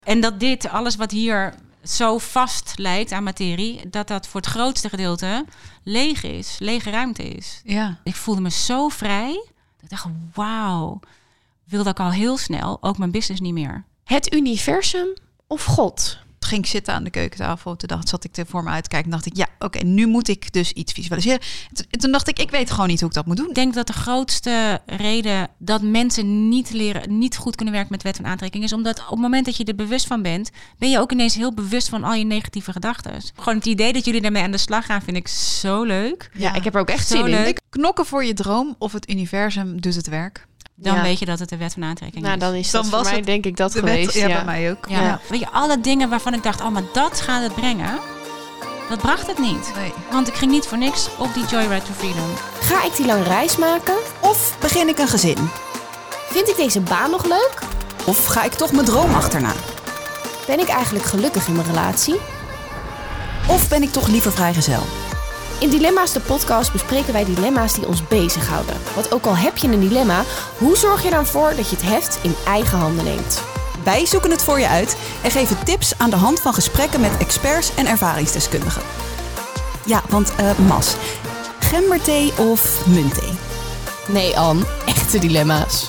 En dat dit, alles wat hier zo vast lijkt aan materie, dat voor het grootste gedeelte leeg is, lege ruimte is. Ja. Ik voelde me zo vrij. Ik dacht, wauw, wilde ik al heel snel ook mijn business niet meer. Het universum of God? Ging ik zitten aan de keukentafel. Toen zat ik er voor me uit te kijken en dacht ik, ja, oké, nu moet ik dus iets visualiseren. Toen dacht ik weet gewoon niet hoe ik dat moet doen. Ik denk dat de grootste reden dat mensen niet goed kunnen werken met wet van aantrekking is omdat op het moment dat je er bewust van bent, ben je ook ineens heel bewust van al je negatieve gedachten. Gewoon het idee dat jullie daarmee aan de slag gaan, vind ik zo leuk. Ja, ik heb er ook echt Zo zin leuk. in. Knokken voor je droom of het universum doet het werk. Dan weet je dat het de wet van aantrekking is. Dan is dat voor mij denk ik dat geweest. Ja, bij mij ook. Ja. Weet je, alle dingen waarvan ik dacht, maar dat gaat het brengen. Dat bracht het niet. Nee. Want ik ging niet voor niks op die Joyride to Freedom. Ga ik die lange reis maken? Of begin ik een gezin? Vind ik deze baan nog leuk? Of ga ik toch mijn droom achterna? Ben ik eigenlijk gelukkig in mijn relatie? Of ben ik toch liever vrijgezel? In Dilemma's, de podcast, bespreken wij dilemma's die ons bezighouden. Want ook al heb je een dilemma, hoe zorg je er dan voor dat je het heft in eigen handen neemt? Wij zoeken het voor je uit en geven tips aan de hand van gesprekken met experts en ervaringsdeskundigen. Ja, want Mas, gemberthee of muntthee? Nee, Ann, echte dilemma's.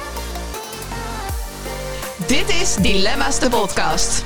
Dit is Dilemma's de podcast.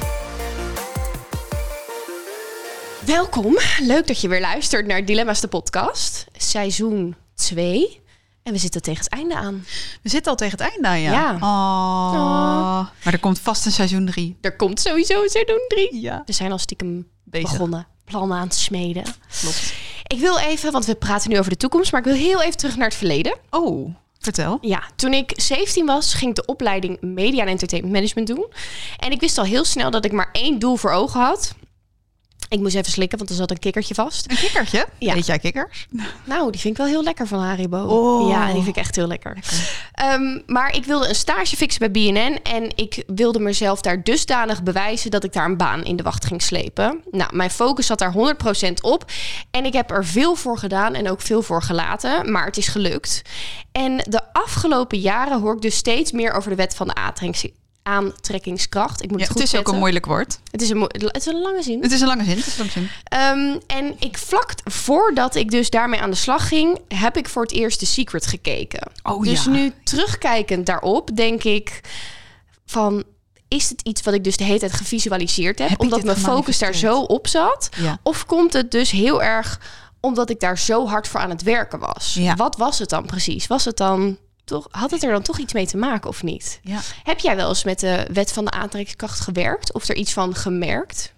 Welkom, leuk dat je weer luistert naar Dilemma's de podcast, seizoen 2. En we zitten tegen het einde aan. We zitten al tegen het einde aan, ja. Ja. Oh. Maar er komt vast een seizoen 3. Er komt sowieso een seizoen 3. Ja. We zijn al stiekem Bezig. begonnen, plannen aan te smeden. Klopt. Ik wil even, want we praten nu over de toekomst, maar ik wil heel even terug naar het verleden. Oh, vertel. Ja, toen ik 17 was, ging ik de opleiding Media en Entertainment Management doen. En ik wist al heel snel dat ik maar 1 doel voor ogen had. Ik moest even slikken, want er zat een kikkertje vast. Een kikkertje? Ja. Eet jij kikkers? Nou, die vind ik wel heel lekker van Haribo. Oh. Ja, die vind ik echt heel lekker. Maar ik wilde een stage fixen bij BNN. En ik wilde mezelf daar dusdanig bewijzen dat ik daar een baan in de wacht ging slepen. Nou, mijn focus zat daar 100% op. En ik heb er veel voor gedaan en ook veel voor gelaten. Maar het is gelukt. En de afgelopen jaren hoor ik dus steeds meer over de wet van de aantrekkingskracht. Ik moet het goed is zetten. ook een moeilijk woord. Het is een lange zin. Het is een lange zin. En ik vlak voordat ik dus daarmee aan de slag ging, heb ik voor het eerst The Secret gekeken. Oh, dus ja. nu terugkijkend daarop, denk ik van, is het iets wat ik dus de hele tijd gevisualiseerd heb? Heb ik Omdat dit mijn focus daar zo op zat? Ja. Of komt het dus heel erg omdat ik daar zo hard voor aan het werken was? Ja. Wat was het dan precies? Was het dan had het er dan toch iets mee te maken of niet? Ja. Heb jij wel eens met de wet van de aantrekkingskracht gewerkt? Of er iets van gemerkt?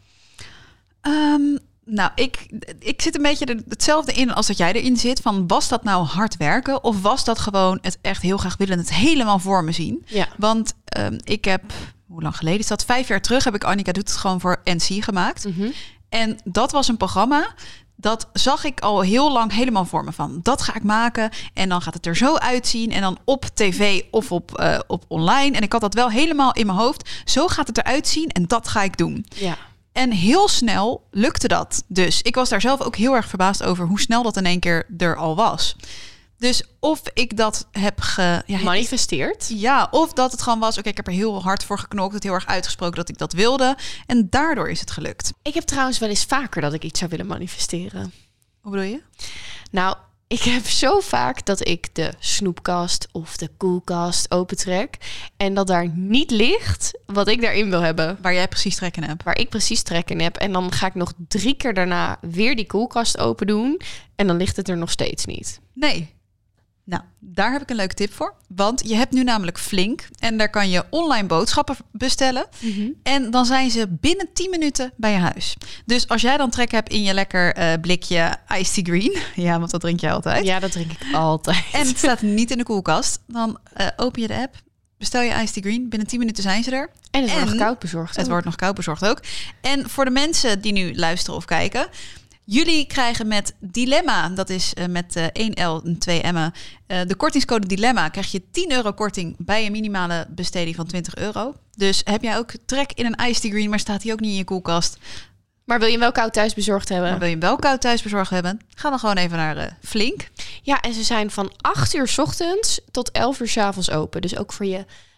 Nou, ik zit een beetje hetzelfde in als dat jij erin zit. Van, was dat nou hard werken? Of was dat gewoon het echt heel graag willen, het helemaal voor me zien? Ja. Want ik heb, hoe lang geleden is dat? 5 jaar terug heb ik Annika Doet Het Gewoon voor NC gemaakt. Mm-hmm. En dat was een programma, dat zag ik al heel lang helemaal voor me van. Dat ga ik maken en dan gaat het er zo uitzien. En dan op tv of op online. En ik had dat wel helemaal in mijn hoofd. Zo gaat het eruit zien en dat ga ik doen. Ja. En heel snel lukte dat. Dus ik was daar zelf ook heel erg verbaasd over hoe snel dat in één keer er al was. Dus of ik dat heb manifesteerd. Ja, of dat het gewoon was, oké, ik heb er heel hard voor geknokt, het heel erg uitgesproken dat ik dat wilde. En daardoor is het gelukt. Ik heb trouwens wel eens vaker dat ik iets zou willen manifesteren. Hoe bedoel je? Nou, ik heb zo vaak dat ik de snoepkast of de koelkast opentrek en dat daar niet ligt wat ik daarin wil hebben. Waar jij precies trek in hebt. Waar ik precies trek in heb. En dan ga ik nog 3 keer daarna weer die koelkast open doen en dan ligt het er nog steeds niet. Nee. Nou, daar heb ik een leuke tip voor. Want je hebt nu namelijk Flink en daar kan je online boodschappen bestellen. Mm-hmm. En dan zijn ze binnen 10 minuten bij je huis. Dus als jij dan trek hebt in je lekker blikje iced tea green. Ja, want dat drink jij altijd. Ja, dat drink ik altijd. En het staat niet in de koelkast. Dan open je de app, bestel je iced tea green. Binnen 10 minuten zijn ze er. En het wordt nog koud bezorgd. Het wordt nog koud bezorgd ook. En voor de mensen die nu luisteren of kijken, jullie krijgen met Dilemma, dat is met 1 L en 2 M'en, de kortingscode Dilemma, krijg je €10 korting bij een minimale besteding van €20. Dus heb jij ook trek in een iced tea green, maar staat die ook niet in je koelkast? Maar wil je hem wel koud thuis bezorgd hebben? Maar wil je hem wel koud thuis bezorgd hebben? Ga dan gewoon even naar Flink. Ja, en ze zijn van 8 uur 's ochtends tot 11 uur 's avonds open. Dus ook voor je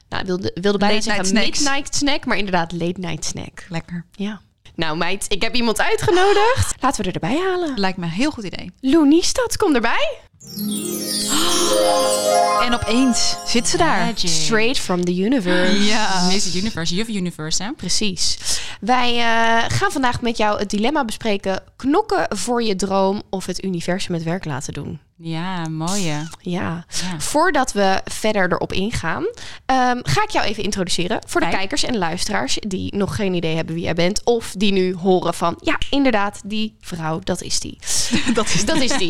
wilde bijna Late zeggen night snacks. midnight snack, maar inderdaad late night snack. Lekker. Ja. Nou meid, ik heb iemand uitgenodigd. Laten we er erbij halen. Lijkt me een heel goed idee. Lou Niestad, kom erbij. En opeens zit ze daar. Magic. Straight from the universe. Ja. Miss Universe, Juf Universe, hè? Precies. Wij gaan vandaag met jou het dilemma bespreken. Knokken voor je droom of het universum het werk laten doen. Ja, mooie. Ja. Ja. Voordat we verder erop ingaan, ga ik jou even introduceren voor de Kijk. kijkers en luisteraars die nog geen idee hebben wie jij bent. Of die nu horen van, ja, inderdaad, die vrouw, dat is die. Dat is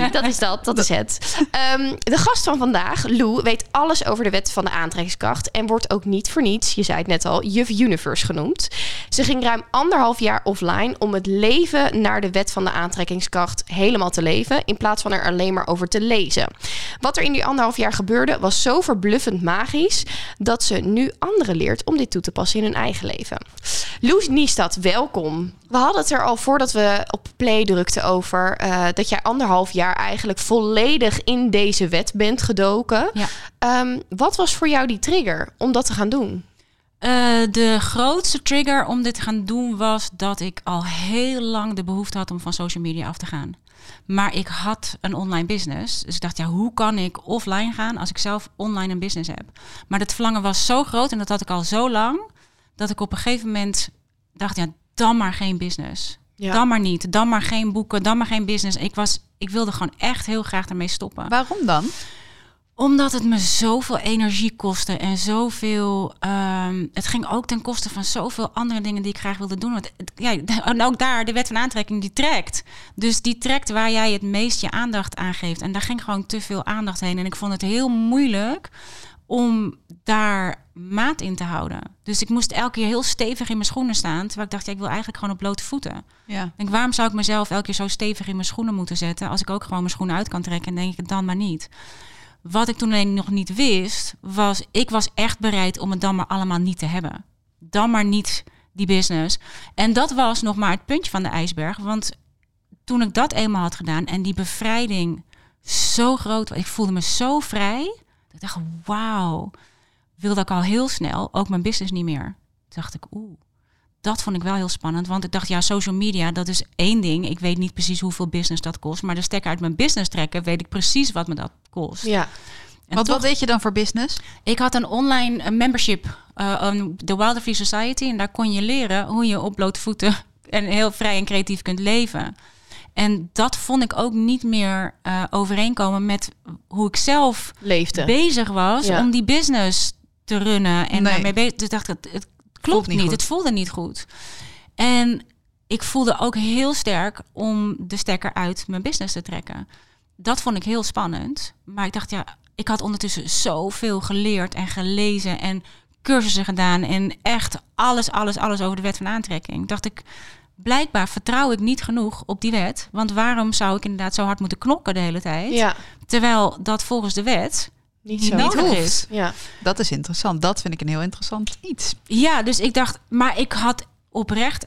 het. De gast van vandaag, Lou, weet alles over de wet van de aantrekkingskracht en wordt ook niet voor niets, je zei het net al, Juf Universe genoemd. Ze ging ruim 1,5 jaar offline om het leven naar de wet van de aantrekkingskracht helemaal te leven, in plaats van er alleen maar over te lezen. Wat er in die 1,5 jaar gebeurde was zo verbluffend magisch dat ze nu anderen leert om dit toe te passen in hun eigen leven. Lou Niestad, welkom. We hadden het er al voordat we op play drukten over dat jij 1,5 jaar eigenlijk volledig in deze wet bent gedoken. Ja. Wat was voor jou die trigger om dat te gaan doen? De grootste trigger om dit te gaan doen was dat ik al heel lang de behoefte had om van social media af te gaan. Maar ik had een online business. Dus ik dacht, ja, hoe kan ik offline gaan als ik zelf online een business heb? Maar dat verlangen was zo groot en dat had ik al zo lang, dat ik op een gegeven moment dacht, ja, dan maar geen business. Ja. Dan maar niet. Dan maar geen boeken. Dan maar geen business. Ik wilde gewoon echt heel graag ermee stoppen. Waarom dan? Omdat het me zoveel energie kostte en zoveel. Het ging ook ten koste van zoveel andere dingen die ik graag wilde doen. Want en ook daar, de wet van aantrekking, die trekt. Dus die trekt waar jij het meest je aandacht aan geeft. En daar ging gewoon te veel aandacht heen. En ik vond het heel moeilijk om daar maat in te houden. Dus ik moest elke keer heel stevig in mijn schoenen staan. Terwijl ik dacht, ja, ik wil eigenlijk gewoon op blote voeten. Ja. Ik denk, waarom zou ik mezelf elke keer zo stevig in mijn schoenen moeten zetten als ik ook gewoon mijn schoenen uit kan trekken? En denk ik, dan maar niet. Wat ik toen alleen nog niet wist, was, ik was echt bereid om het dan maar allemaal niet te hebben. Dan maar niet die business. En dat was nog maar het puntje van de ijsberg. Want toen ik dat eenmaal had gedaan en die bevrijding zo groot was, ik voelde me zo vrij. Dat ik dacht, wauw, wilde ik al heel snel ook mijn business niet meer. Toen dacht ik, dat vond ik wel heel spannend. Want ik dacht, ja, social media, dat is één ding. Ik weet niet precies hoeveel business dat kost. Maar de stekker uit mijn business trekken, weet ik precies wat me dat kost. Ja. En Wat toch, deed je dan voor business? ik had een online membership, de Wilder Free Society. En daar kon je leren hoe je op blote voeten en heel vrij en creatief kunt leven. En dat vond ik ook niet meer overeenkomen met hoe ik zelf Leefde. bezig was om die business te runnen. En Nee. daarmee bezig. Dus dacht ik, het klopt niet. Het voelde niet goed. En ik voelde ook heel sterk om de stekker uit mijn business te trekken. Dat vond ik heel spannend. Maar ik dacht, ja, ik had ondertussen zoveel geleerd en gelezen en cursussen gedaan. En echt alles over de wet van aantrekking. Dacht ik, blijkbaar vertrouw ik niet genoeg op die wet. Want waarom zou ik inderdaad zo hard moeten knokken de hele tijd? Ja. Terwijl dat volgens de wet Niet niet zo. nodig hoeft. is. Ja. Dat is interessant. Dat vind ik een heel interessant iets. Ja, dus ik dacht, maar ik had oprecht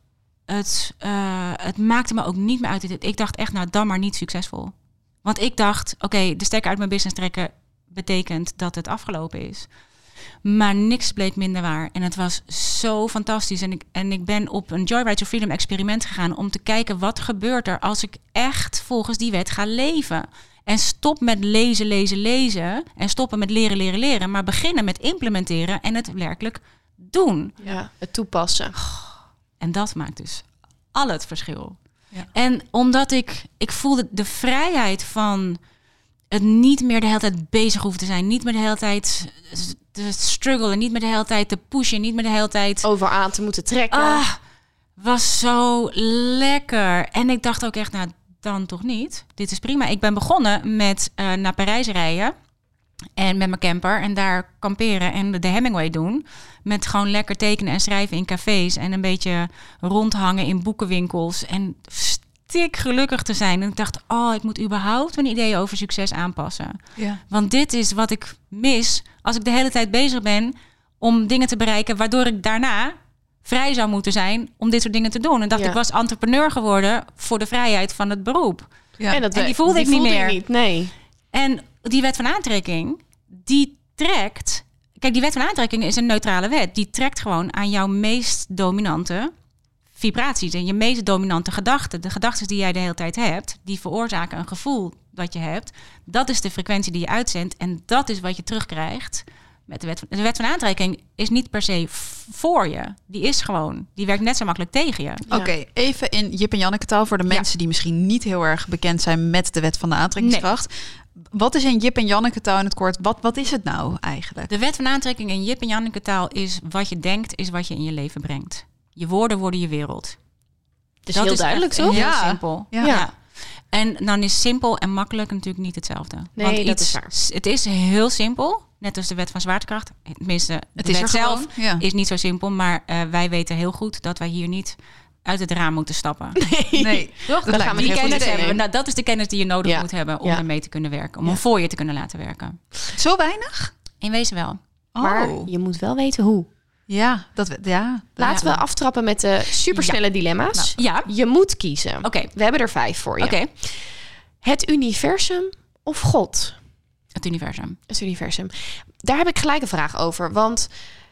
het maakte me ook niet meer uit. Ik dacht echt, nou, dan maar niet succesvol. Want ik dacht, oké, de stekker uit mijn business trekken betekent dat het afgelopen is. Maar niks bleek minder waar. En het was zo fantastisch. En ik ben op een Joyride to Freedom experiment gegaan om te kijken, wat gebeurt er als ik echt volgens die wet ga leven. En stop met lezen. En stoppen met leren. Maar beginnen met implementeren en het werkelijk doen. Ja, het toepassen. En dat maakt dus al het verschil. Ja. En omdat ik voelde de vrijheid van het niet meer de hele tijd bezig hoeven te zijn. Niet meer de hele tijd te struggelen. Niet meer de hele tijd te pushen. Niet meer de hele tijd Over aan te moeten trekken. was zo lekker. En ik dacht ook echt, nou, dan toch niet. Dit is prima. Ik ben begonnen met naar Parijs rijden. En met mijn camper. En daar kamperen en de Hemingway doen. Met gewoon lekker tekenen en schrijven in cafés. En een beetje rondhangen in boekenwinkels. En stik gelukkig te zijn. En ik dacht, ik moet überhaupt mijn ideeën over succes aanpassen. Ja. Want dit is wat ik mis als ik de hele tijd bezig ben om dingen te bereiken, waardoor ik daarna vrij zou moeten zijn om dit soort dingen te doen. En dacht, Ja. ik was entrepreneur geworden voor de vrijheid van het beroep. Ja. En die voelde ik niet meer. Nee. En die wet van aantrekking, die trekt. Kijk, die wet van aantrekking is een neutrale wet. Die trekt gewoon aan jouw meest dominante vibraties en je meest dominante gedachten. De gedachten die jij de hele tijd hebt, die veroorzaken een gevoel dat je hebt. Dat is de frequentie die je uitzendt en dat is wat je terugkrijgt met de wet. De wet van aantrekking is niet per se voor je. Die werkt net zo makkelijk tegen je. Ja. Oké, even in Jip en Janneke taal voor de mensen die misschien niet heel erg bekend zijn met de wet van de aantrekkingskracht. Nee. Wat is in Jip en Janneke taal in het kort? Wat is het nou eigenlijk? De wet van aantrekking in Jip en Janneke taal is wat je denkt, is wat je in je leven brengt. Je woorden worden je wereld. Dus dat heel is duidelijk, toch? Heel simpel. Ja. En dan is simpel en makkelijk natuurlijk niet hetzelfde. Nee, want dat is waar. Het is heel simpel, net als de wet van zwaartekracht. Tenminste, de wet zelf is niet zo simpel. Maar wij weten heel goed dat wij hier niet uit het raam moeten stappen. Nee. Toch? Dat gaan we die kennis hebben. Nou, dat is de kennis die je nodig moet hebben om ermee te kunnen werken. Om hem voor je te kunnen laten werken. Zo weinig? In wezen wel. Maar je moet wel weten hoe. Ja, Laten we aftrappen met de supersnelle dilemma's. Je moet kiezen. Okay. We hebben er 5 voor je. Okay. Het universum of God? Het universum. Het universum. Daar heb ik gelijk een vraag over. Want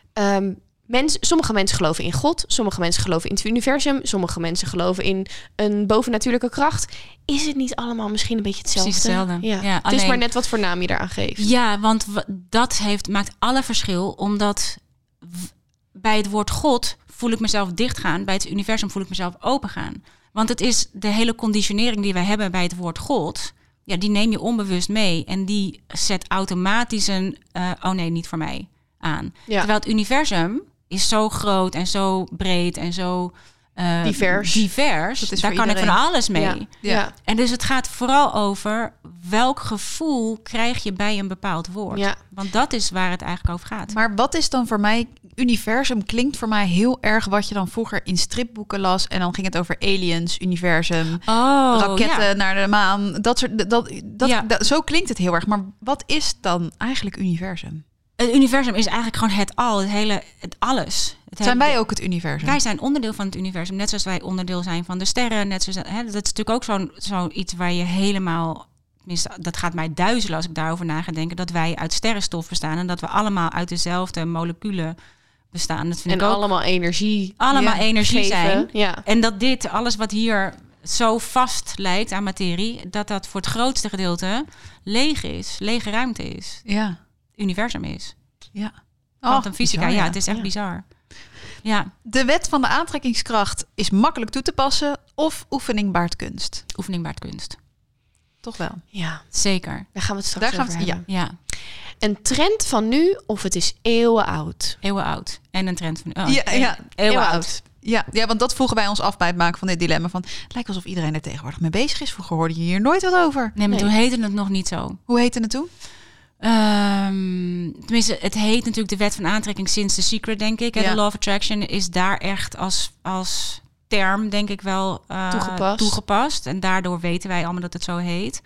sommige mensen geloven in God. Sommige mensen geloven in het universum. Sommige mensen geloven in een bovennatuurlijke kracht. Is het niet allemaal misschien een beetje hetzelfde? Precies hetzelfde. Ja. Het is maar net wat voor naam je eraan geeft. Ja, want dat maakt alle verschil. Omdat bij het woord God voel ik mezelf dichtgaan. Bij het universum voel ik mezelf opengaan. Want het is de hele conditionering die wij hebben bij het woord God. Ja, die neem je onbewust mee. En die zet automatisch een oh nee, niet voor mij aan. Ja. Terwijl het universum is zo groot en zo breed en zo divers. Daar kan ik van alles mee. Ja. En dus het gaat vooral over welk gevoel krijg je bij een bepaald woord. Ja. Want dat is waar het eigenlijk over gaat. Maar wat is dan voor mij... Universum klinkt voor mij heel erg wat je dan vroeger in stripboeken las. En dan ging het over aliens, universum, raketten naar de maan. Dat soort, zo klinkt het heel erg. Maar wat is dan eigenlijk universum? Het universum is eigenlijk gewoon het al, het alles. Zijn wij ook het universum? Wij zijn onderdeel van het universum, net zoals wij onderdeel zijn van de sterren. Net zoals, dat is natuurlijk ook zoiets waar je helemaal... Tenminste, dat gaat mij duizelen als ik daarover na ga denken... dat wij uit sterrenstof bestaan en dat we allemaal uit dezelfde moleculen bestaan. Dat vind ik ook allemaal energie. Allemaal energie geven. zijn. Ja. En dat alles wat hier zo vast lijkt aan materie... dat voor het grootste gedeelte leeg is. Lege ruimte is. Ja. Universum is. Ja. Quantumfysica, bizar, het is echt bizar. Ja. De wet van de aantrekkingskracht is makkelijk toe te passen... of oefening baart kunst? Oefening baart kunst. Toch wel? Ja. Zeker. Daar gaan we het straks over hebben. Ja. Een trend van nu of het is eeuwen oud? Eeuwen oud. En een trend van eeuwen oud. Ja, want dat vroegen wij ons af bij het maken van dit dilemma. Van, het lijkt alsof iedereen er tegenwoordig mee bezig is. Vroeger hoorde je hier nooit wat over. Nee, maar toen heette het nog niet zo. Hoe heette het toen? Tenminste, het heet natuurlijk de wet van aantrekking sinds The Secret, denk ik. Ja. De Law of Attraction is daar echt als term, denk ik wel, toegepast. En daardoor weten wij allemaal dat het zo heet.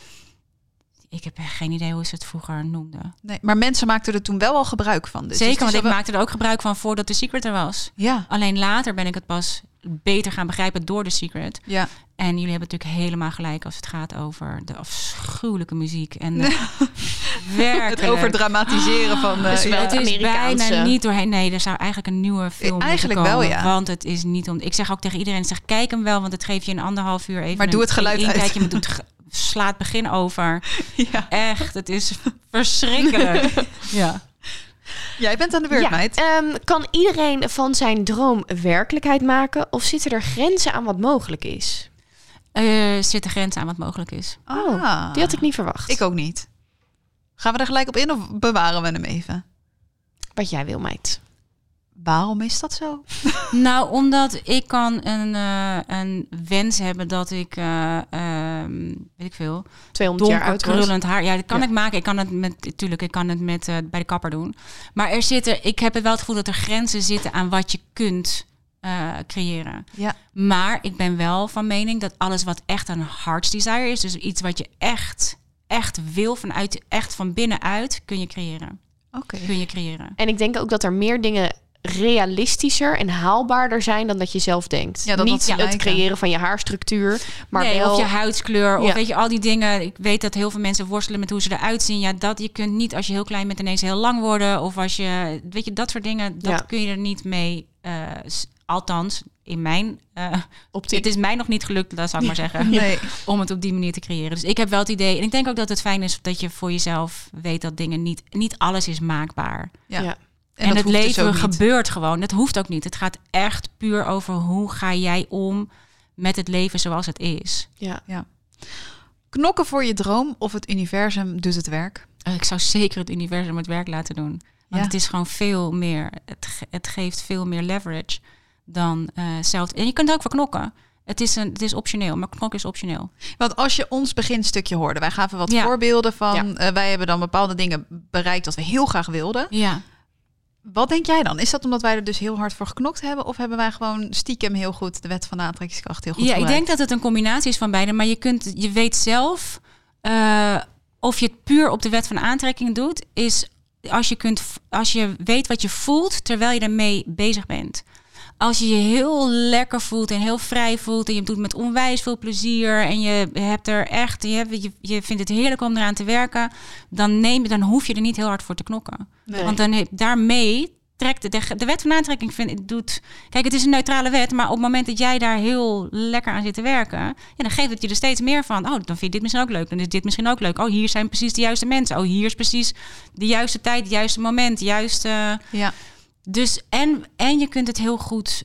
Ik heb echt geen idee hoe ze het vroeger noemden. Nee, maar mensen maakten er toen wel al gebruik van. Dus zeker, want ik maakte er ook gebruik van voordat The Secret er was. Ja. Alleen later ben ik het pas beter gaan begrijpen door The Secret. Ja. En jullie hebben natuurlijk helemaal gelijk als het gaat over de afschuwelijke muziek. En werkelijk. Het overdramatiseren van... het is bijna niet doorheen. Nee, er zou eigenlijk een nieuwe film eigenlijk moeten komen. Wel, ja. Want het is niet... Ik zeg ook tegen iedereen, kijk hem wel, want het geeft je in 1,5 uur even... Maar doe het geluid uit. Kijk, je slaat het begin over. Ja. Echt, het is verschrikkelijk. Ja. Jij bent aan de beurt, meid. Kan iedereen van zijn droom werkelijkheid maken? Of zitten er grenzen aan wat mogelijk is? Zitten grenzen aan wat mogelijk is. Die had ik niet verwacht. Ik ook niet. Gaan we er gelijk op in of bewaren we hem even? Wat jij wil, meid. Waarom is dat zo? Nou, omdat ik kan een wens hebben dat ik, weet ik veel, 200 jaar oud krullend haar. Ja, dat kan ik maken. Ik kan het met bij de kapper doen. Maar ik heb wel het gevoel dat er grenzen zitten aan wat je kunt creëren. Ja. Maar ik ben wel van mening dat alles wat echt een heart's desire is, dus iets wat je echt wil echt van binnenuit, kun je creëren. Okay. Kun je creëren. En ik denk ook dat er meer dingen realistischer en haalbaarder zijn dan dat je zelf denkt. Ja, dat niet dat het creëren van je haarstructuur, maar wel of je huidskleur, Ja. of weet je, al die dingen. Ik weet dat heel veel mensen worstelen met hoe ze eruit zien. Ja, dat je kunt niet als je heel klein bent ineens heel lang worden, of als je, weet je, dat soort dingen, dat kun je er niet mee. Althans, in mijn optiek. het is mij nog niet gelukt, dat zou ik maar zeggen, Nee. om het op die manier te creëren. Dus ik heb wel het idee, en ik denk ook dat het fijn is dat je voor jezelf weet dat dingen niet alles is maakbaar. Ja. Ja. En dat het hoeft dus leven ook niet. gebeurt gewoon. Dat hoeft ook niet. Het gaat echt puur over hoe ga jij om met het leven zoals het is. Ja. Knokken voor je droom of het universum doet het werk? Ik zou zeker het universum het werk laten doen. Want Ja. het is gewoon veel meer. Het geeft veel meer leverage dan zelf. En je kunt er ook voor knokken. Het is optioneel, maar knokken is optioneel. Want als je ons beginstukje hoorde, wij gaven wat Ja. voorbeelden van... wij hebben dan bepaalde dingen bereikt wat we heel graag wilden. Ja. Wat denk jij dan? Is dat omdat wij er dus heel hard voor geknokt hebben? Of hebben wij gewoon stiekem heel goed de wet van de aantrekkingskracht heel goed Ja, ik gebruikt? denk dat het een combinatie is van beide. Maar je weet zelf of je het puur op de wet van de aantrekking doet, is als je weet wat je voelt terwijl je ermee bezig bent. Als je je heel lekker voelt en heel vrij voelt en je doet met onwijs veel plezier en je hebt er echt, je vindt het heerlijk om eraan te werken, dan hoef je er niet heel hard voor te knokken. Nee. Want daarmee trekt de wet van aantrekking kijk, het is een neutrale wet, maar op het moment dat jij daar heel lekker aan zit te werken, ja, dan geeft het je er steeds meer van. Oh, dan vind je dit misschien ook leuk. Dan is dit misschien ook leuk. Oh, hier zijn precies de juiste mensen. Oh, hier is precies de juiste tijd, het juiste moment, juiste. Ja. Dus en je kunt het heel goed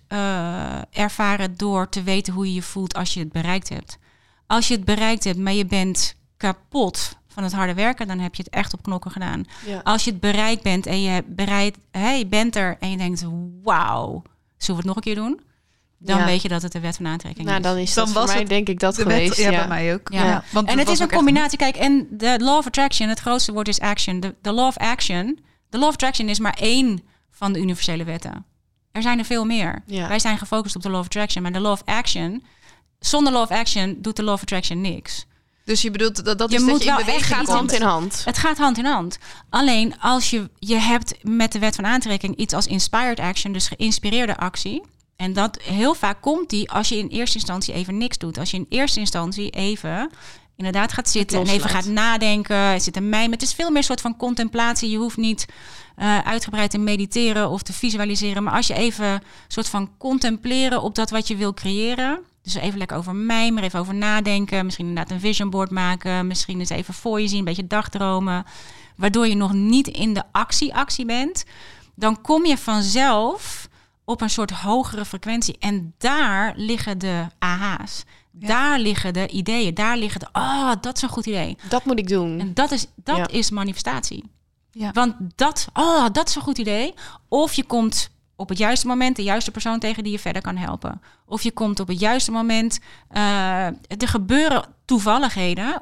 ervaren door te weten hoe je je voelt als je het bereikt hebt. Als je het bereikt hebt, maar je bent kapot van het harde werken, dan heb je het echt op knokken gedaan. Ja. Als je het bereikt bent en je bent er en je denkt, wauw, zullen we het nog een keer doen? Dan Ja. weet je dat het de wet van aantrekking Nou, is. dan is Dan dat voor was mij het denk ik dat De geweest. wet, ja, bij mij ook. Ja. Want En het was is een ook echt- combinatie. Kijk, en de law of attraction, het grootste woord is action. De law of action. De law of attraction is maar één van de universele wetten. Er zijn er veel meer. Ja. Wij zijn gefocust op de law of attraction. Maar de law of action, zonder law of action doet de law of attraction niks. Dus je bedoelt dat Je is moet dat je in wel beweging echt Gaat komt. hand in hand. Het gaat hand in hand. Alleen als je hebt met de wet van aantrekking iets als inspired action, dus geïnspireerde actie. En dat heel vaak komt die als je in eerste instantie even niks doet. Als je in eerste instantie even inderdaad gaat zitten en even loslaat. gaat nadenken, zit een mijmen. Het is veel meer een soort van contemplatie. Je hoeft niet uitgebreid te mediteren of te visualiseren. Maar als je even een soort van contempleren op dat wat je wil creëren. Dus even lekker over mijmeren, even over nadenken. Misschien inderdaad een vision board maken. Misschien eens even voor je zien, een beetje dagdromen. Waardoor je nog niet in de actie bent. Dan kom je vanzelf op een soort hogere frequentie. En daar liggen de aha's. Ja. Daar liggen de ideeën. Daar liggen dat is een goed idee. Dat moet ik doen. En dat Ja. is manifestatie. Ja. Want dat is een goed idee. Of je komt op het juiste moment de juiste persoon tegen die je verder kan helpen. Of je komt op het juiste moment. Er gebeuren toevalligheden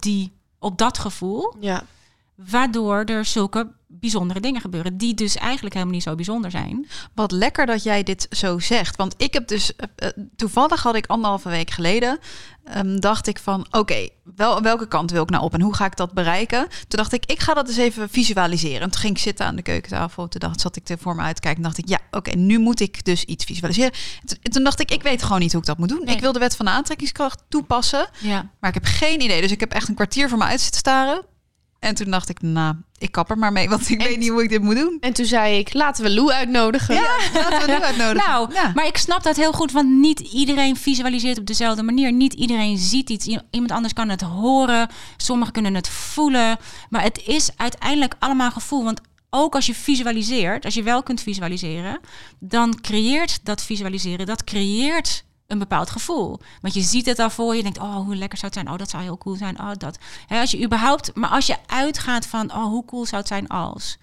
op dat gevoel. Ja. Waardoor er zulke bijzondere dingen gebeuren. Die dus eigenlijk helemaal niet zo bijzonder zijn. Wat lekker dat jij dit zo zegt. Want ik heb dus... toevallig had ik 1,5 week geleden... dacht ik van... Oké, welke kant wil ik nou op? En hoe ga ik dat bereiken? Toen dacht ik ga dat eens even visualiseren. En toen ging ik zitten aan de keukentafel. Toen zat ik er voor me uit te kijken. En dacht ik, oké, nu moet ik dus iets visualiseren. Toen dacht ik weet gewoon niet hoe ik dat moet doen. Nee. Ik wil de wet van de aantrekkingskracht toepassen. Ja. Maar ik heb geen idee. Dus ik heb echt een kwartier voor me uit zitten staren. En toen dacht ik, ik kap er maar mee. Want ik weet niet hoe ik dit moet doen. En toen zei ik, laten we Lou uitnodigen. Ja, laten we nu uitnodigen. Nou, Ja. maar ik snap dat heel goed, want niet iedereen visualiseert op dezelfde manier. Niet iedereen ziet iets. Iemand anders kan het horen. Sommigen kunnen het voelen. Maar het is uiteindelijk allemaal gevoel. Want ook als je visualiseert, als je wel kunt visualiseren, dan creëert dat visualiseren, dat creëert een bepaald gevoel. Want je ziet het al voor je, denkt, hoe lekker zou het zijn. Dat zou heel cool zijn. Dat. Als je überhaupt, maar als je uitgaat van, hoe cool zou het zijn als.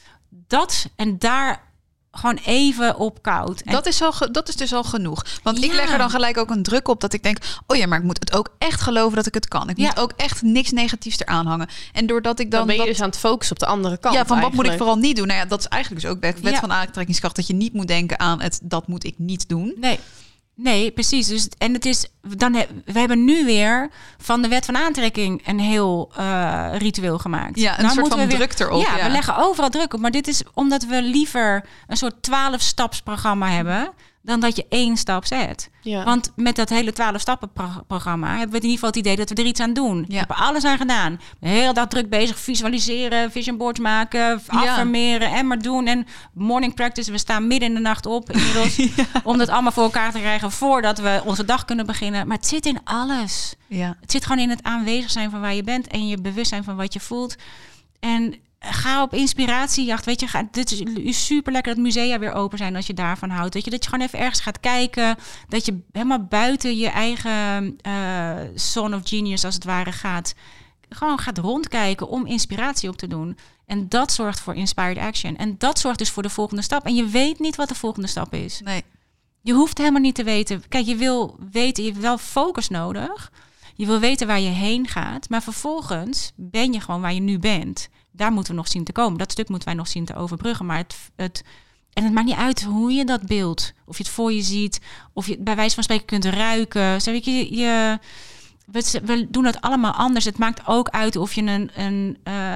Dat en daar gewoon even op koud. En Dat is dus al genoeg. Want ik Ja. leg er dan gelijk ook een druk op dat ik denk, maar ik moet het ook echt geloven dat ik het kan. Ik moet ook echt niks negatiefs eraan hangen. En doordat ik Dan ben je dat, dus aan het focussen op de andere kant. wat moet ik eigenlijk. vooral niet doen? Nou ja, dat is eigenlijk dus ook bij de wet Ja. van aantrekkingskracht, dat je niet moet denken aan dat moet ik niet doen. Nee. Nee, precies. Dus, en het is, we hebben nu weer van de wet van aantrekking een heel ritueel gemaakt. Ja, een soort van druk erop. Ja, we leggen overal druk op. Maar dit is omdat we liever een soort 12-stapsprogramma hebben dan dat je 1 stap zet. Ja. Want met dat hele 12-stappen-programma hebben we in ieder geval het idee dat we er iets aan doen. We hebben alles aan gedaan. De hele dag druk bezig, visualiseren, vision boards maken, affirmeren en maar doen. En morning practice, we staan midden in de nacht op inmiddels om dat allemaal voor elkaar te krijgen voordat we onze dag kunnen beginnen. Maar het zit in alles. Ja. Het zit gewoon in het aanwezig zijn van waar je bent en je bewustzijn van wat je voelt. En ga op inspiratiejacht. Weet je, dit is super lekker dat musea weer open zijn als je daarvan houdt. Weet je, dat je gewoon even ergens gaat kijken. Dat je helemaal buiten je eigen zone of genius als het ware gaat. Gewoon gaat rondkijken om inspiratie op te doen. En dat zorgt voor inspired action. En dat zorgt dus voor de volgende stap. En je weet niet wat de volgende stap is. Nee. Je hoeft helemaal niet te weten. Kijk, je wil weten, je hebt wel focus nodig. Je wil weten waar je heen gaat. Maar vervolgens ben je gewoon waar je nu bent. Daar moeten we nog zien te komen. Dat stuk moeten wij nog zien te overbruggen. Maar het maakt niet uit hoe je dat beeld. Of je het voor je ziet. Of je bij wijze van spreken kunt ruiken. Zo, weet je, we doen het allemaal anders. Het maakt ook uit of je een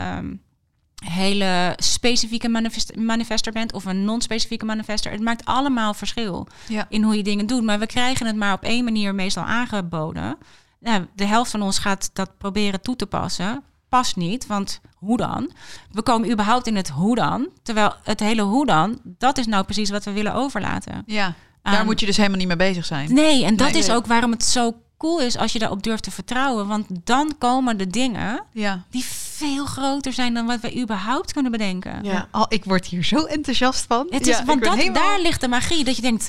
hele specifieke manifester bent. Of een non-specifieke manifester. Het maakt allemaal verschil in hoe je dingen doet. Maar we krijgen het maar op 1 manier meestal aangeboden. Nou, de helft van ons gaat dat proberen toe te passen. Past niet, want hoe dan? We komen überhaupt in het hoe dan. Terwijl het hele hoe dan, dat is nou precies wat we willen overlaten. Ja, daar moet je dus helemaal niet mee bezig zijn. Nee, en dat is ook waarom het zo cool is als je daarop durft te vertrouwen. Want dan komen de dingen die veel groter zijn dan wat we überhaupt kunnen bedenken. Ja. Oh, ik word hier zo enthousiast van. Het is, want daar ligt de magie. Dat je denkt,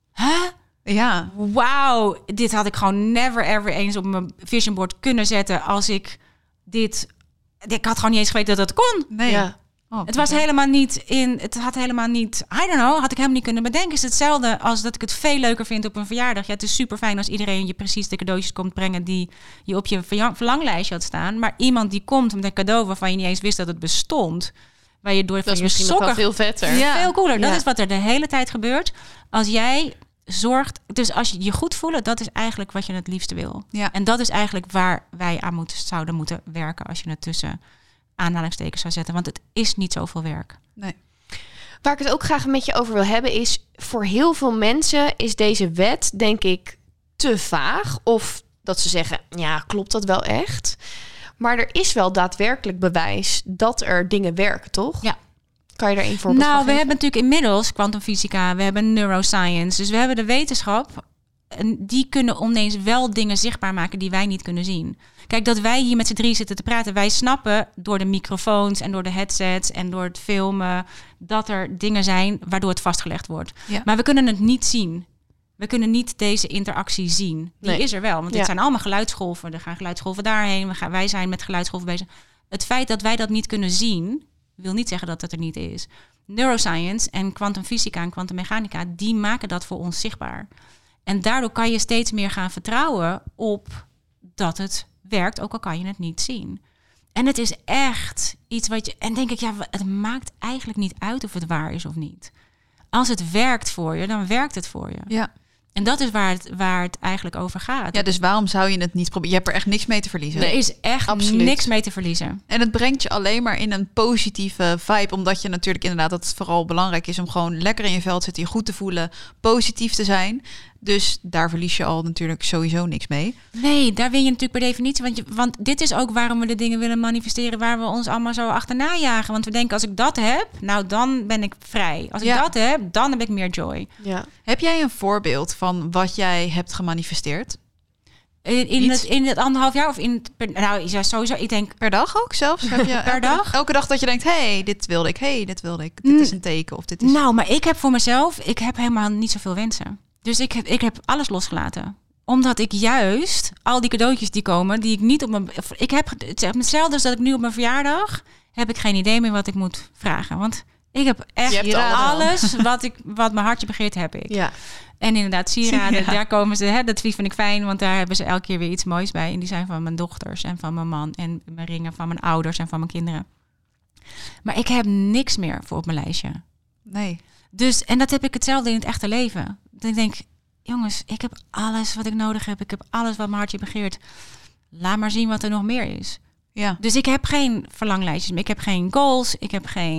ja, wauw, dit had ik gewoon never ever eens op mijn vision board kunnen zetten als ik dit. Ik had gewoon niet eens geweten dat het kon. Nee. Ja. Het was helemaal niet het had helemaal niet, I don't know, had ik helemaal niet kunnen bedenken. Het is hetzelfde als dat ik het veel leuker vind op een verjaardag. Ja, het is super fijn als iedereen je precies de cadeautjes komt brengen die je op je verlanglijstje had staan. Maar iemand die komt met een cadeau waarvan je niet eens wist dat het bestond, waar je door dat van is je misschien sokken nog wel veel vetter. Veel cooler. Dat is wat er de hele tijd gebeurt. Als jij zorgt, dus als je je goed voelt, dat is eigenlijk wat je het liefste wil. Ja. En dat is eigenlijk waar wij aan zouden moeten werken als je het tussen aanhalingstekens zou zetten. Want het is niet zoveel werk. Nee. Waar ik het ook graag met je over wil hebben is, voor heel veel mensen is deze wet, denk ik, te vaag. Of dat ze zeggen, ja, klopt dat wel echt? Maar er is wel daadwerkelijk bewijs dat er dingen werken, toch? Ja. Kan je er een voorbeeld van geven? We hebben natuurlijk inmiddels kwantumfysica, we hebben neuroscience. Dus we hebben de wetenschap. En die kunnen opeens wel dingen zichtbaar maken die wij niet kunnen zien. Kijk, dat wij hier met z'n 3 zitten te praten. Wij snappen door de microfoons en door de headsets en door het filmen dat er dingen zijn waardoor het vastgelegd wordt. Ja. Maar we kunnen het niet zien. We kunnen niet deze interactie zien. Die is er wel, want dit zijn allemaal geluidsgolven. Er gaan geluidsgolven daarheen. Wij zijn met geluidsgolven bezig. Het feit dat wij dat niet kunnen zien, wil niet zeggen dat het er niet is. Neuroscience en kwantumfysica en kwantummechanica, die maken dat voor ons zichtbaar. En daardoor kan je steeds meer gaan vertrouwen op dat het werkt, ook al kan je het niet zien. En het is echt iets wat je... En denk ik, het maakt eigenlijk niet uit of het waar is of niet. Als het werkt voor je, dan werkt het voor je. Ja. En dat is waar het eigenlijk over gaat. Ja, dus waarom zou je het niet proberen? Je hebt er echt niks mee te verliezen. Er is echt niks mee te verliezen. En het brengt je alleen maar in een positieve vibe. Omdat je natuurlijk inderdaad, dat het vooral belangrijk is om gewoon lekker in je veld te zitten, je goed te voelen, positief te zijn. Dus daar verlies je al natuurlijk sowieso niks mee. Nee, daar win je natuurlijk per definitie. Want dit is ook waarom we de dingen willen manifesteren waar we ons allemaal zo achterna jagen. Want we denken, als ik dat heb, nou dan ben ik vrij. Als ik dat heb, dan heb ik meer joy. Ja. Heb jij een voorbeeld van wat jij hebt gemanifesteerd? In het 1,5 jaar of sowieso. Ik denk per dag ook zelfs. Heb je per dag? Elke dag dat je denkt, hey, dit wilde ik. Hey, dit wilde ik. Dit is een teken of dit is. Nou, maar ik heb voor mezelf, ik heb helemaal niet zoveel wensen. Dus ik heb alles losgelaten. Omdat ik juist al die cadeautjes die komen, die ik niet op mijn... Ik heb hetzelfde als dat ik nu op mijn verjaardag heb ik geen idee meer wat ik moet vragen. Want ik heb echt alles wat mijn hartje begeert, heb ik. Ja. En inderdaad, sieraden, daar komen ze. Dat vind ik fijn, want daar hebben ze elke keer weer iets moois bij. En die zijn van mijn dochters en van mijn man en mijn ringen van mijn ouders en van mijn kinderen. Maar ik heb niks meer voor op mijn lijstje. Nee. Dus, en dat heb ik hetzelfde in het echte leven. Dan denk ik, jongens, ik heb alles wat ik nodig heb. Ik heb alles wat mijn hartje begeert. Laat maar zien wat er nog meer is. Ja. Dus ik heb geen verlanglijstjes meer. Ik heb geen goals. Ik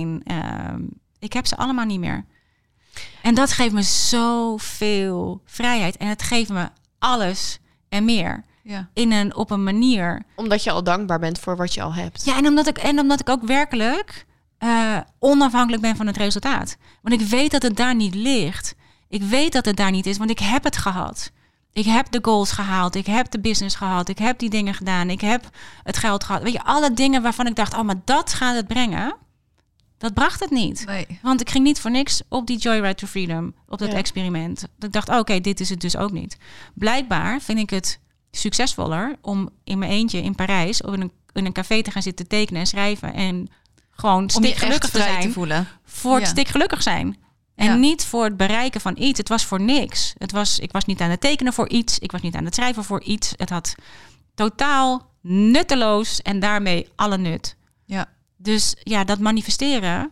heb ze allemaal niet meer. En dat geeft me zoveel vrijheid. En het geeft me alles en meer. Ja. Op een manier. Omdat je al dankbaar bent voor wat je al hebt. Ja, en omdat ik ook werkelijk onafhankelijk ben van het resultaat. Want ik weet dat het daar niet ligt. Ik weet dat het daar niet is, want ik heb het gehad. Ik heb de goals gehaald. Ik heb de business gehad. Ik heb die dingen gedaan. Ik heb het geld gehad. Weet je, alle dingen waarvan ik dacht, maar dat gaat het brengen. Dat bracht het niet. Nee. Want ik ging niet voor niks op die Joyride to Freedom, op dat experiment. Ik dacht, oké, dit is het dus ook niet. Blijkbaar vind ik het succesvoller om in mijn eentje in Parijs in een café te gaan zitten tekenen en schrijven en gewoon stikgelukkig te zijn. Te voelen. Voor het stikgelukkig zijn. En niet voor het bereiken van iets. Het was voor niks. Ik was niet aan het tekenen voor iets. Ik was niet aan het schrijven voor iets. Het had totaal nutteloos en daarmee alle nut. Ja. Dus ja, dat manifesteren,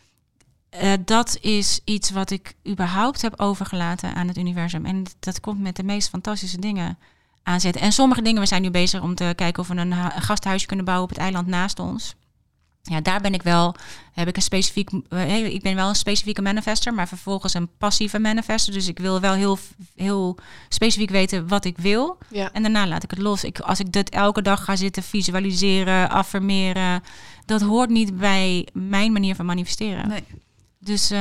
dat is iets wat ik überhaupt heb overgelaten aan het universum. En dat komt met de meest fantastische dingen aanzetten. En sommige dingen, we zijn nu bezig om te kijken of we een gasthuisje kunnen bouwen op het eiland naast ons. Ja, daar ben ik wel, ik ben wel een specifieke manifester, maar vervolgens een passieve manifester. Dus ik wil wel heel, heel specifiek weten wat ik wil. Ja. En daarna laat ik het los. Als ik dit elke dag ga zitten visualiseren, affirmeren, dat hoort niet bij mijn manier van manifesteren. Nee. Dus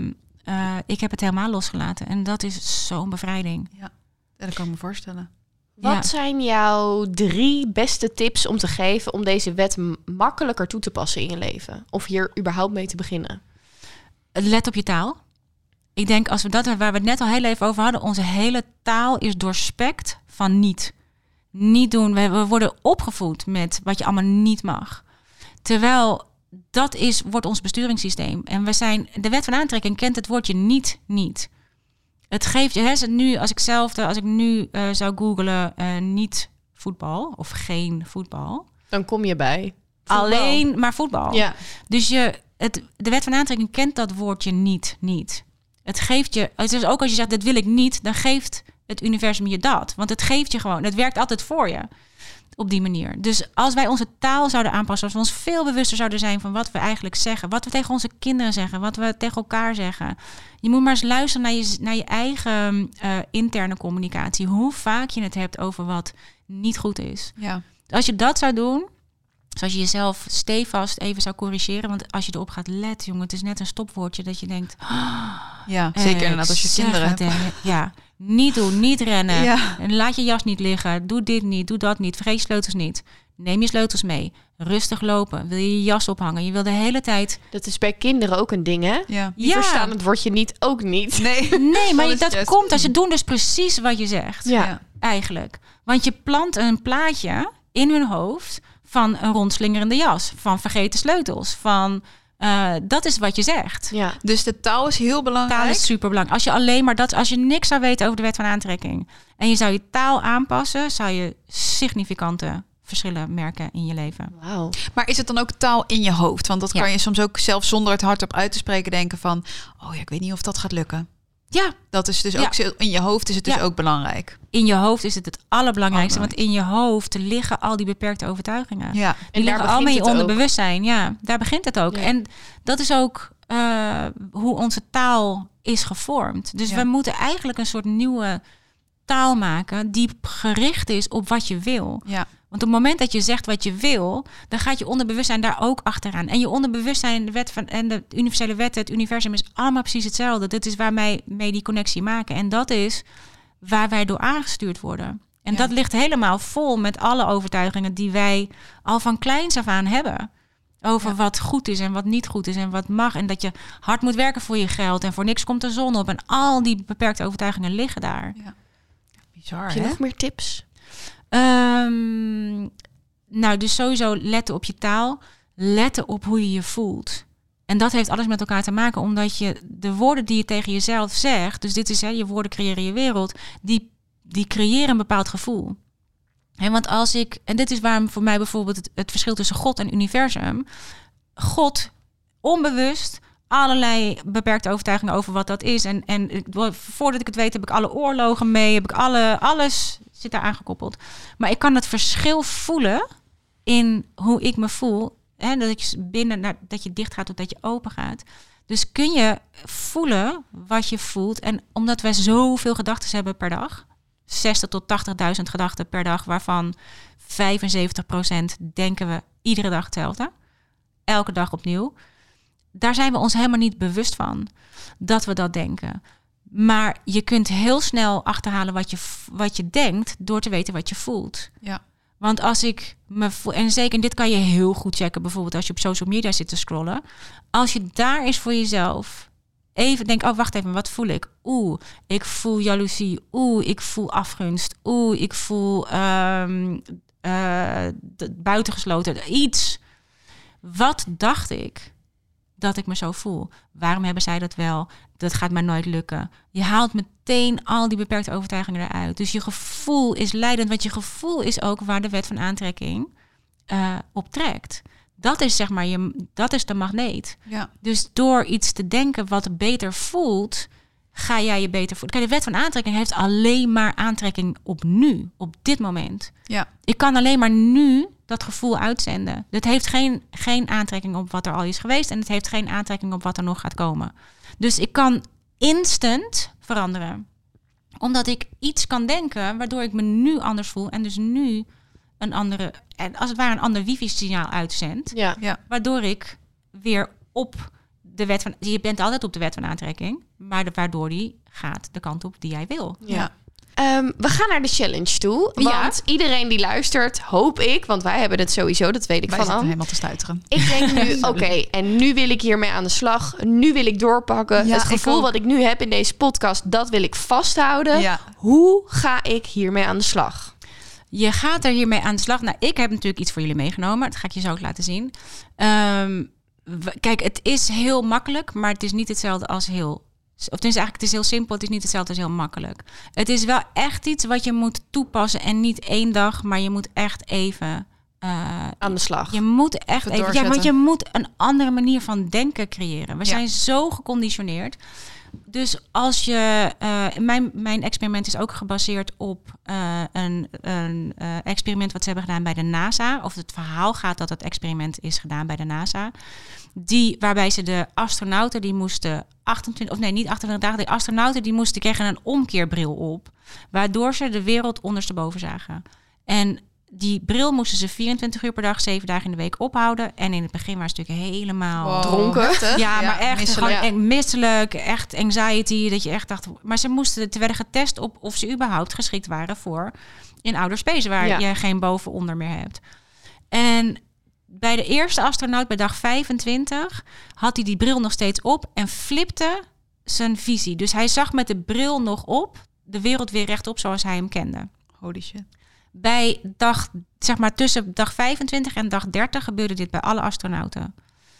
ik heb het helemaal losgelaten. En dat is zo'n bevrijding. Ja, dat kan ik me voorstellen. Wat zijn jouw 3 beste tips om te geven om deze wet makkelijker toe te passen in je leven? Of hier überhaupt mee te beginnen? Let op je taal. Ik denk, als we dat waar we het net al heel even over hadden, onze hele taal is doorspekt van niet. Niet doen. We worden opgevoed met wat je allemaal niet mag. Terwijl dat wordt ons besturingssysteem. En de wet van aantrekking kent het woordje niet. Het geeft je nu, als ik nu zou googlen niet voetbal of geen voetbal, dan kom je bij voetbal. Alleen maar voetbal. Ja. Dus de wet van aantrekking kent dat woordje niet. Het geeft je, dus ook als je zegt, dit wil ik niet, dan geeft het universum je dat. Want het geeft je gewoon, het werkt altijd voor je. Op die manier. Dus als wij onze taal zouden aanpassen, als we ons veel bewuster zouden zijn van wat we eigenlijk zeggen, wat we tegen onze kinderen zeggen, wat we tegen elkaar zeggen. Je moet maar eens luisteren naar je eigen interne communicatie. Hoe vaak je het hebt over wat niet goed is. Ja. Als je dat zou doen, zoals je jezelf stevast even zou corrigeren. Want als je erop gaat letten, jongen, het is net een stopwoordje dat je denkt. Ja, zeker inderdaad als je kinderen hebt. Ja, niet doen, niet rennen. Ja. En laat je jas niet liggen. Doe dit niet, doe dat niet. Vergeet je sleutels niet. Neem je sleutels mee. Rustig lopen. Wil je jas ophangen? Je wil de hele tijd. Dat is bij kinderen ook een ding, hè? Ja. Die verstaan het woordje niet ook niet. Nee, maar dat komt als ze doen dus precies wat je zegt. Ja. Eigenlijk. Want je plant een plaatje in hun hoofd van een rondslingerende jas, van vergeten sleutels, van dat is wat je zegt. Ja. Dus de taal is heel belangrijk. Taal is superbelangrijk. Als je alleen maar als je niks zou weten over de wet van aantrekking en je zou je taal aanpassen, zou je significante verschillen merken in je leven. Wauw. Maar is het dan ook taal in je hoofd? Want dat kan je soms ook zelf zonder het hardop uit te spreken denken van, oh ja, ik weet niet of dat gaat lukken. Ja. Dat is dus ook in je hoofd is het dus ook belangrijk. In je hoofd is het allerbelangrijkste, want in je hoofd liggen al die beperkte overtuigingen. Ja. Die liggen allemaal in je onderbewustzijn. Ja, daar begint het ook. Ja. En dat is ook hoe onze taal is gevormd. Dus we moeten eigenlijk een soort nieuwe taal maken die gericht is op wat je wil. Ja. Want op het moment dat je zegt wat je wil, dan gaat je onderbewustzijn daar ook achteraan. En je onderbewustzijn, de wet en de universele wetten, het universum is allemaal precies hetzelfde. Dat is waar wij mee die connectie maken. En dat is waar wij door aangestuurd worden. En dat ligt helemaal vol met alle overtuigingen die wij al van kleins af aan hebben. Over wat goed is en wat niet goed is en wat mag. En dat je hard moet werken voor je geld en voor niks komt de zon op. En al die beperkte overtuigingen liggen daar. Ja. Bizar, heb je nog meer tips? Nou, dus sowieso letten op je taal. Letten op hoe je je voelt. En dat heeft alles met elkaar te maken, omdat je de woorden die je tegen jezelf zegt, dus dit is je woorden creëren je wereld, die creëren een bepaald gevoel. Want en dit is waarom voor mij bijvoorbeeld het verschil tussen God en universum. God, onbewust, allerlei beperkte overtuigingen over wat dat is. En voordat ik het weet heb ik alle oorlogen mee. Heb ik alles zit daar aangekoppeld. Maar ik kan het verschil voelen in hoe ik me voel. Hè, dat je dicht gaat totdat je open gaat. Dus kun je voelen wat je voelt. En omdat wij zoveel gedachten hebben per dag. 60.000 tot 80.000 gedachten per dag. Waarvan 75% denken we iedere dag hetzelfde. Elke dag opnieuw. Daar zijn we ons helemaal niet bewust van. Dat we dat denken. Maar je kunt heel snel achterhalen wat je denkt. Door te weten wat je voelt. Ja. Want als ik me voel, en zeker, en dit kan je heel goed checken, bijvoorbeeld als je op social media zit te scrollen. Als je daar is voor jezelf, even denk, oh wacht even, wat voel ik? Ik voel jaloezie. Ik voel afgunst. Ik voel buitengesloten. Iets. Wat dacht ik dat ik me zo voel? Waarom hebben zij dat wel? Dat gaat mij nooit lukken. Je haalt meteen al die beperkte overtuigingen eruit. Dus je gevoel is leidend. Want je gevoel is ook waar de wet van aantrekking op trekt. Dat is zeg maar dat is de magneet. Ja. Dus door iets te denken wat beter voelt, ga jij je beter voelen. Kijk, de wet van aantrekking heeft alleen maar aantrekking op nu, op dit moment. Ja. Ik kan alleen maar nu dat gevoel uitzenden. Het heeft geen aantrekking op wat er al is geweest en het heeft geen aantrekking op wat er nog gaat komen. Dus ik kan instant veranderen. Omdat ik iets kan denken waardoor ik me nu anders voel en dus nu een andere, als het ware een ander wifi-signaal uitzend. Ja. Waardoor ik weer op de wet van, je bent altijd op de wet van aantrekking, maar waardoor die gaat de kant op die jij wil. Ja. We gaan naar de challenge toe. Want iedereen die luistert, hoop ik, want wij hebben het sowieso, dat weet ik Wij van zitten Ann. helemaal te stuiteren. Ik denk nu, oké, en nu wil ik hiermee aan de slag. Nu wil ik doorpakken. Ja, het gevoel ik wat ik nu heb in deze podcast, dat wil ik vasthouden. Ja. Hoe ga ik hiermee aan de slag? Je gaat er hiermee aan de slag. Nou, ik heb natuurlijk iets voor jullie meegenomen. Dat ga ik je zo ook laten zien. Kijk, het is heel makkelijk, maar het is niet hetzelfde als heel... Of het is heel simpel, het is niet hetzelfde als heel makkelijk. Het is wel echt iets wat je moet toepassen en niet 1 dag, maar je moet echt even... Aan de slag. Je moet echt even... doorzetten. Ja, want je moet een andere manier van denken creëren. We zijn zo geconditioneerd. Dus als je... Mijn experiment is ook gebaseerd op een experiment wat ze hebben gedaan bij de NASA. Of het verhaal gaat dat het experiment is gedaan bij de NASA. Waarbij ze de astronauten, die moesten 28 dagen. De astronauten die kregen een omkeerbril op. Waardoor ze de wereld ondersteboven zagen. En die bril moesten ze 24 uur per dag, 7 dagen in de week ophouden. En in het begin waren ze natuurlijk helemaal... Dronken. Heftig. Ja, maar echt misselijk. gewoon misselijk, echt anxiety, dat je echt dacht... Maar ze werden getest op of ze überhaupt geschikt waren voor in outer space, waar je geen boven-onder meer hebt. En bij de eerste astronaut, bij dag 25, had hij die bril nog steeds op en flipte zijn visie. Dus hij zag met de bril nog op de wereld weer rechtop zoals hij hem kende. Holy shit. Bij tussen dag 25 en dag 30 gebeurde dit bij alle astronauten.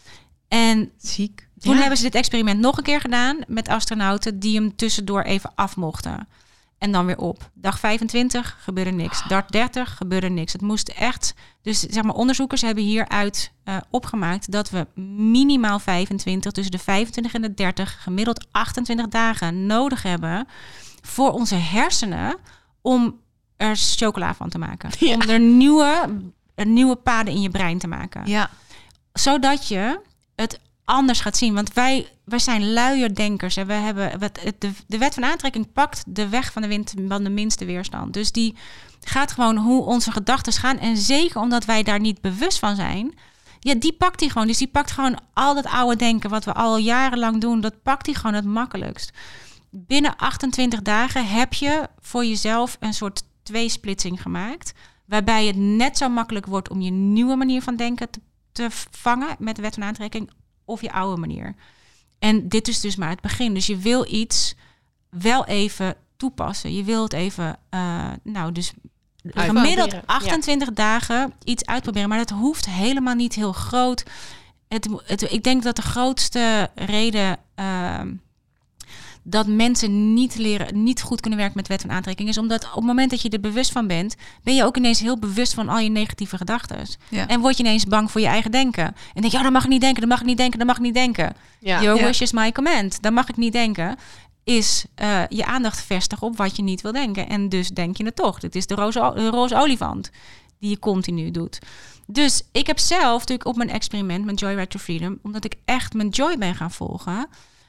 En Ziek. toen hebben ze dit experiment nog een keer gedaan met astronauten die hem tussendoor even af mochten. En dan weer op. Dag 25 gebeurde niks. Dag 30 gebeurde niks. Het moest echt... Dus onderzoekers hebben hieruit opgemaakt dat we minimaal 25, tussen de 25 en de 30, gemiddeld 28 dagen nodig hebben voor onze hersenen om er chocola van te maken. Ja. Om er nieuwe paden in je brein te maken. Ja. Zodat je het anders gaat zien. Want wij zijn luierdenkers. En we hebben de wet van aantrekking pakt de weg van de minste weerstand. Dus die gaat gewoon hoe onze gedachten gaan. En zeker omdat wij daar niet bewust van zijn. Ja, die pakt hij gewoon. Dus die pakt gewoon al dat oude denken wat we al jarenlang doen. Dat pakt hij gewoon het makkelijkst. Binnen 28 dagen heb je voor jezelf een soort tweesplitsing gemaakt. Waarbij het net zo makkelijk wordt om je nieuwe manier van denken te vangen met de wet van aantrekking of je oude manier. En dit is dus maar het begin. Dus je wil iets wel even toepassen. Je wil het even, dus gemiddeld 28 dagen iets uitproberen. Maar dat hoeft helemaal niet heel groot. Ik denk dat de grootste reden dat mensen niet goed kunnen werken met de wet van aantrekking, is omdat op het moment dat je er bewust van bent, ben je ook ineens heel bewust van al je negatieve gedachten. Ja. En word je ineens bang voor je eigen denken. En denk je, dat mag ik niet denken, dat mag ik niet denken, dat mag ik niet denken. Ja. Your wish is my command. Dat mag ik niet denken. Is je aandacht vestigen op wat je niet wil denken. En dus denk je het toch. Dit is de roze olifant die je continu doet. Dus ik heb zelf natuurlijk op mijn experiment, mijn Joyride to Freedom, omdat ik echt mijn joy ben gaan volgen,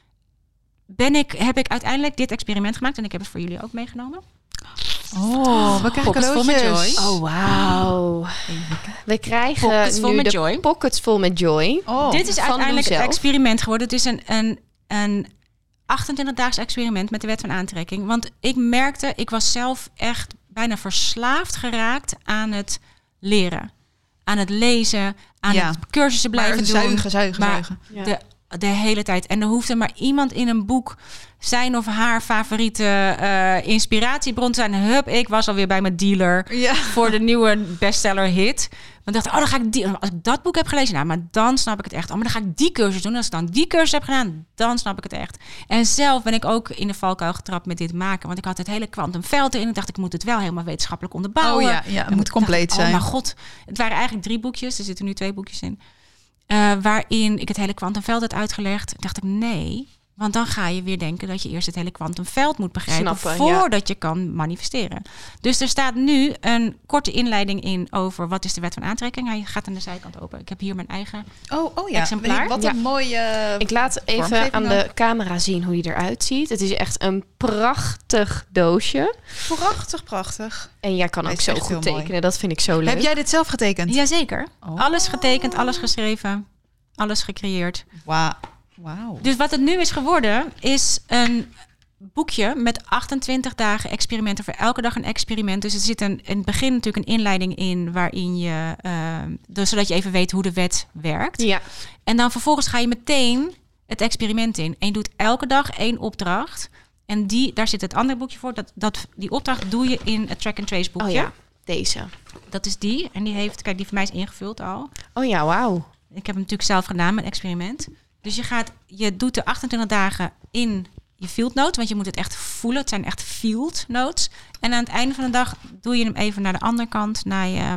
heb ik uiteindelijk dit experiment gemaakt. En ik heb het voor jullie ook meegenomen. Oh, we krijgen Pockets vol met cadeautjes. joy. Oh, wauw. We krijgen Pockets vol nu met de joy. pockets vol met joy. Oh. Dit is van uiteindelijk Lou het zelf. experiment geworden. Het is een 28-daags experiment met de wet van aantrekking. Want ik merkte, ik was zelf echt bijna verslaafd geraakt aan het leren. Aan het lezen, aan het cursussen blijven doen. Zuigen. Ja. De hele tijd. En er hoefde maar iemand in een boek zijn of haar favoriete inspiratiebron te zijn. Hup, ik was alweer bij mijn dealer voor de nieuwe bestseller hit. Want ik dacht, dan ga ik als ik dat boek heb gelezen, nou, maar dan snap ik het echt. Maar dan ga ik die cursus doen. Als ik dan die cursus heb gedaan, dan snap ik het echt. En zelf ben ik ook in de valkuil getrapt met dit maken. Want ik had het hele kwantumveld erin. Ik dacht, ik moet het wel helemaal wetenschappelijk onderbouwen. Oh ja, het moet compleet zijn. Oh mijn god, het waren eigenlijk 3 boekjes. Er zitten nu 2 boekjes in. Waarin ik het hele kwantumveld had uitgelegd. Dacht ik, nee. Want dan ga je weer denken dat je eerst het hele kwantumveld moet begrijpen voordat je kan manifesteren. Dus er staat nu een korte inleiding in over wat is de wet van aantrekking. Hij gaat aan de zijkant open. Ik heb hier mijn eigen exemplaar. Wat een mooie. Ik laat even aan de camera zien hoe die eruit ziet. Het is echt een prachtig doosje. Prachtig. En jij kan Hij ook is zo echt goed heel tekenen. mooi. Dat vind ik zo leuk. Heb jij dit zelf getekend? Jazeker. Oh. Alles getekend, alles geschreven, alles gecreëerd. Wauw. Dus wat het nu is geworden, is een boekje met 28 dagen experimenten. Voor elke dag een experiment. Dus er zit in het begin natuurlijk een inleiding in waarin je, zodat je even weet hoe de wet werkt. Ja. En dan vervolgens ga je meteen het experiment in. En je doet elke dag 1 opdracht. En daar zit het andere boekje voor. Die opdracht doe je in het track and trace boekje. Oh ja, deze. Dat is die. En die van mij is ingevuld al. Oh ja, wauw. Ik heb hem natuurlijk zelf gedaan, mijn experiment. Dus je doet de 28 dagen in je field notes, want je moet het echt voelen. Het zijn echt field notes. En aan het einde van de dag doe je hem even naar de andere kant, naar je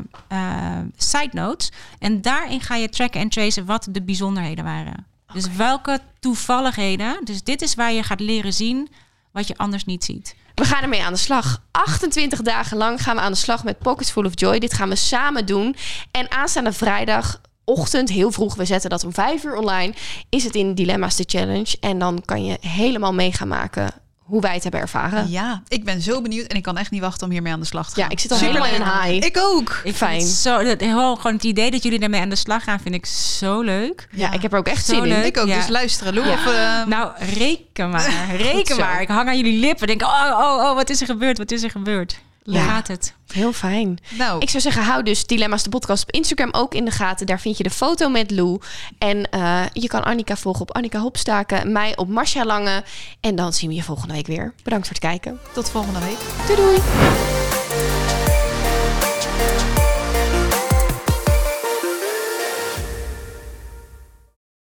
side notes. En daarin ga je tracken en tracen wat de bijzonderheden waren. Okay. Dus welke toevalligheden. Dus dit is waar je gaat leren zien wat je anders niet ziet. We gaan ermee aan de slag. 28 dagen lang gaan we aan de slag met Pockets Full of Joy. Dit gaan we samen doen. En aanstaande vrijdagochtend, heel vroeg, we zetten dat om 5 uur online, is het in Dilemma's de Challenge. En dan kan je helemaal mee gaan maken hoe wij het hebben ervaren. Ja, ik ben zo benieuwd en ik kan echt niet wachten om hiermee aan de slag te gaan. Ja, ik zit al helemaal in een high. Ik ook. Fijn. Gewoon het idee dat jullie daarmee aan de slag gaan, vind ik zo leuk. Ja, ik heb er ook echt zo zin leuk. in. Ik ook, Ja. Dus luisteren, Lou. Ja. Of, Nou, reken maar. Ik hang aan jullie lippen. Denk, oh, wat is er gebeurd? Hoe gaat het? Heel fijn. Nou, Ik zou zeggen, hou dus Dilemma's de podcast op Instagram ook in de gaten. Daar vind je de foto met Lou. En je kan Annika volgen op Annika Hopstaken. Mij op Marcia Lange. En dan zien we je volgende week weer. Bedankt voor het kijken. tot volgende week. Doei doei.